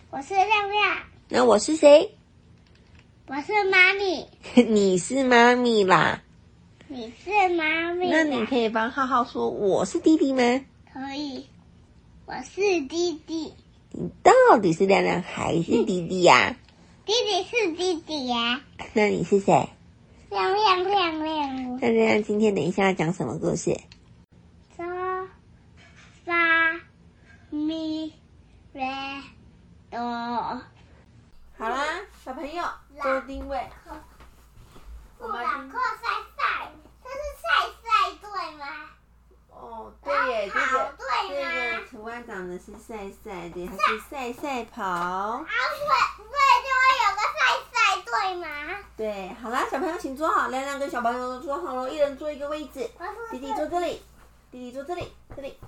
我是亮亮。 那我是谁？ 我是妈咪。 你是妈咪啦。 你是妈咪。 那你可以帮浩浩说我是弟弟吗？ 可以。我是弟弟。 你到底是亮亮还是弟弟呀？ 弟弟是弟弟呀。 那你是谁？ 亮亮。 那亮亮今天等一下要讲什么故事？ 哆发咪瑞哆。 好啦，小朋友做定位。 布朗克赛，这是赛对吗？ 哦，对耶，这个图案长得是赛对，它是赛跑。 啊，对，就会有个赛对吗？ 对，好啦，小朋友请坐好，亮亮跟小朋友都坐好了，一人坐一个位置。弟弟坐这里，弟弟坐这里，这里。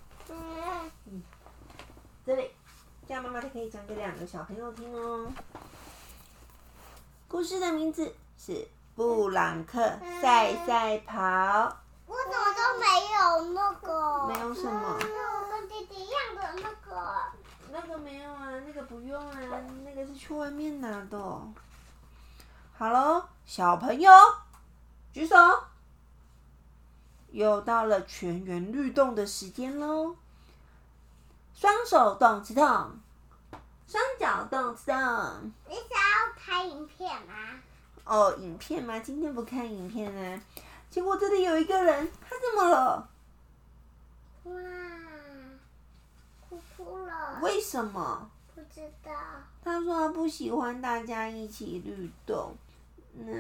这里，这样妈妈就可以讲给2个小朋友听哦。故事的名字是布朗克赛跑。 我怎么都没有那个？ 没有什么？ 跟弟弟一样的那个。 那个没有啊，那个不用啊，那个是去外面拿的。好咯，小朋友举手。又到了全员律动的时间咯。双手动次动，双脚动次动。 你想要拍影片吗？ 哦，影片吗？今天不看影片啊。结果这里有一个人，他怎么了？ 哇，哭了。 为什么？ 不知道。 他说他不喜欢大家一起律动。那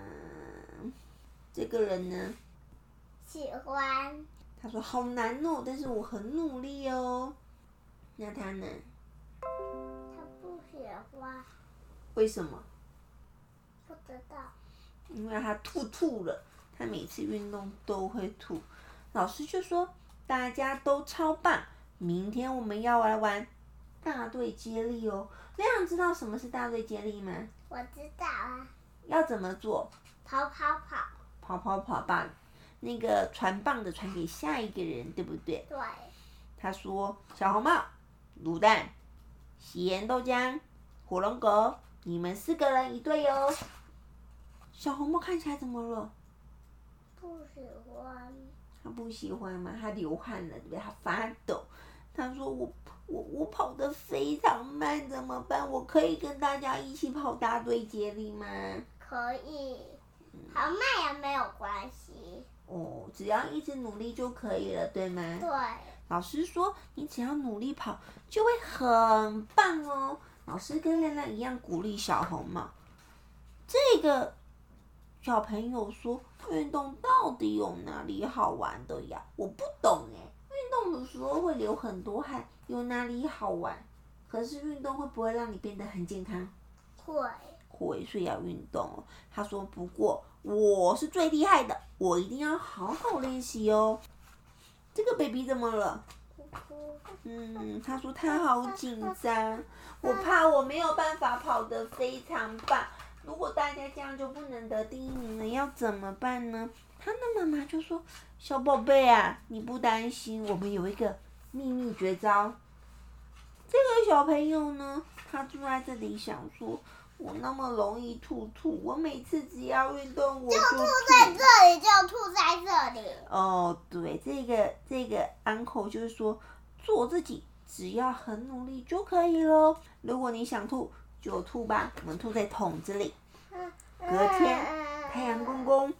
这个人呢？ 喜欢。 他说好难哦，但是我很努力哦。那他呢？ 他不喜欢。 为什么？ 不知道。 因为他吐了，他每次运动都会吐。老师就说大家都超棒，明天我们要来玩大队接力哦。亮亮知道什么是大队接力吗？ 我知道啊。 要怎么做？ 跑， 把那个传棒的传给下一个人，对不对？ 对。 他说小红帽、卤蛋、喜盐豆浆、火龙果，你们4个人一队哦。小红帽看起来怎么了？ 不喜欢。 他不喜欢吗？他流汗了，对不对？他发抖。他说我跑得非常慢，怎么办？我可以跟大家一起跑大队接力吗？ 可以。跑慢也没有关系。 哦，只要一直努力就可以了，对吗？ 对。 老师说你只要努力跑就会很棒哦。老师跟亮亮一样鼓励小红帽。这个小朋友说运动到底有哪里好玩的呀？我不懂哎，运动的时候会流很多汗，有哪里好玩？可是运动会不会让你变得很健康？会，所以要运动哦。他说不过我是最厉害的，我一定要好好练习哦。这个 baby 怎么了？他说他好紧张，我怕我没有办法跑得非常棒。如果大家这样就不能得第1名了，要怎么办呢？他的妈妈就说：“小宝贝啊，你不担心，我们有一个秘密绝招。”这个小朋友呢，他坐在这里想说：“我那么容易吐，我每次只要运动我就吐在这里，就吐在这里。” 哦，对，这个 uncle 就是说，做自己，只要很努力就可以咯。如果你想吐，就吐吧，我们吐在桶子里。隔天，太阳公公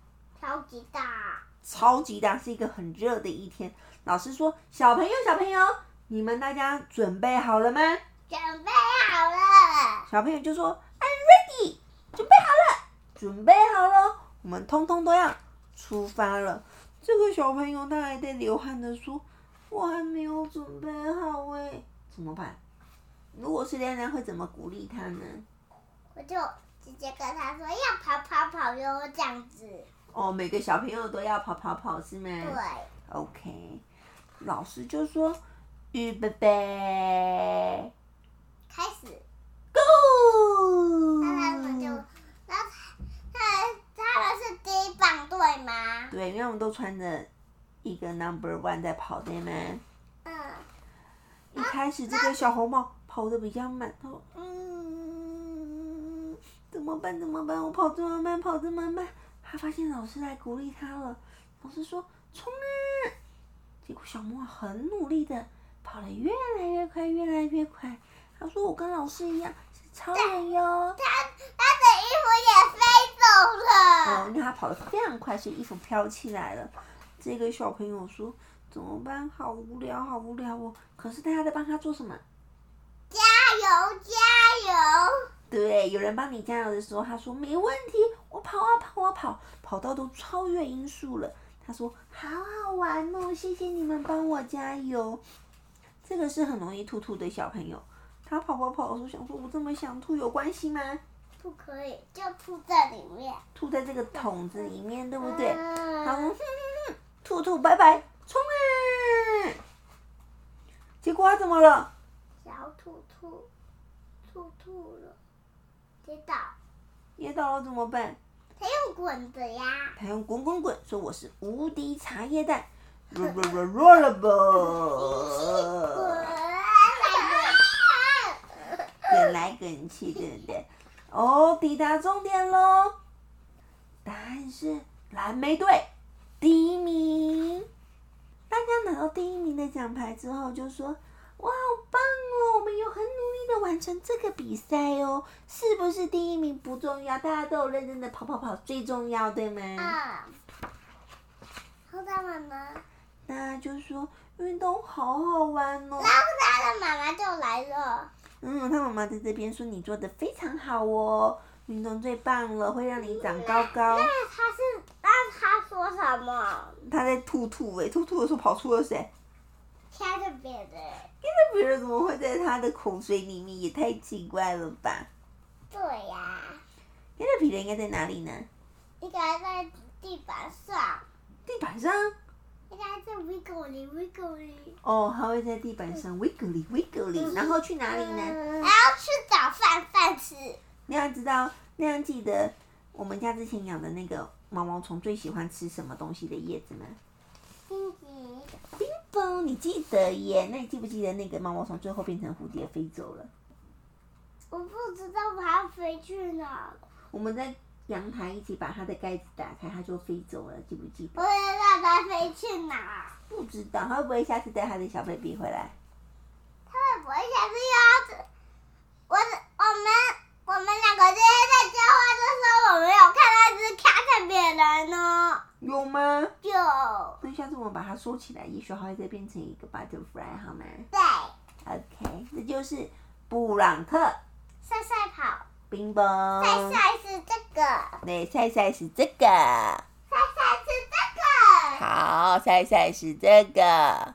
超级大，是一个很热的一天。老师说：“小朋友，你们大家准备好了吗？” 准备好了。 小朋友就说 ：“I'm ready， 准备好了，我们通通都要出发了。”这个小朋友他还在流汗的说：“我还没有准备好哎，怎么办？”如果是亮亮会怎么鼓励他呢？ 我就直接跟他说要跑哟，这样子。 哦，每个小朋友都要跑是吗？ 对。 OK， 老师就说预备， 开始 ，Go！ 那他们是第1棒对吗？ 对，因为我们都穿着一个 No.1 在跑，对吗？ 嗯。 一开始这个小红帽跑得比较慢。他说怎么办？我跑这么慢，他发现老师来鼓励他了。老师说冲啊！结果小莫很努力的跑得越来越快。他说我跟老师一样是超人哟。 他的衣服也飞走了。 因为他跑得非常快，所以衣服飘起来了。这个小朋友说怎么办？好无聊哦。可是大家在帮他做什么？ 加油！ 对，有人帮你加油的时候，他说没问题，我跑，跑到都超越音速了。他说好好玩哦，谢谢你们帮我加油。这个是很容易吐的小朋友，他跑的时候想说，我这么想吐有关系吗？ 不可以，就吐在里面， 吐在这个桶子里面，对不对？他说吐，拜拜，冲啊！结果他怎么了？ 小兔吐了， 跌倒了怎么办？ 他用滚的呀。 他用滚，说我是无敌茶叶蛋，roll 滚来滚去，对不对？抵达终点咯。答案是蓝莓队第一名。大家拿到第一名的奖牌之后就说，哇，好棒哦，我们有很努力的完成这个比赛哦。是不是第一名不重要，大家都有认真的跑最重要，对吗？ 后他们呢？ 大家就说运动好好玩哦。 然后他的妈妈就来了。 他妈妈在这边说你做的非常好哦，运动最棒了，会让你长高高。 那他说什么？ 他在吐的时候跑出了谁？ 看着别人。 别人怎么会在他的口水里面？也太奇怪了吧。 对呀。 别的别人应该在哪里呢？ 应该在地板上。 地板上？ 应该在 wiggly。 他会在地板上 wiggly，然后去哪里呢？ 然后去找饭吃。 那样记得我们家之前养的那个毛毛虫最喜欢吃什么东西的叶子吗？冰雹，你记得耶？那你记不记得那个毛毛虫最后变成蝴蝶飞走了？ 我不知道它要飞去哪。 我们在阳台一起把它的盖子打开，它就飞走了，记不记得？ 我不知道它飞去哪。 不知道，它会不会下次带它的小 baby 回来？ 它会不会下次要？我们两个今天在交换的时候，我没有看到一只卡在别人呢。 有吗？ 有。 那下次我们把它收起来，也许它会再变成一个 butterfly 好吗？ 对。 OK， 这就是布朗特。 赛跑。 冰雹。 赛是这个。 对，赛是这个。 赛是这个。 好，赛是这个。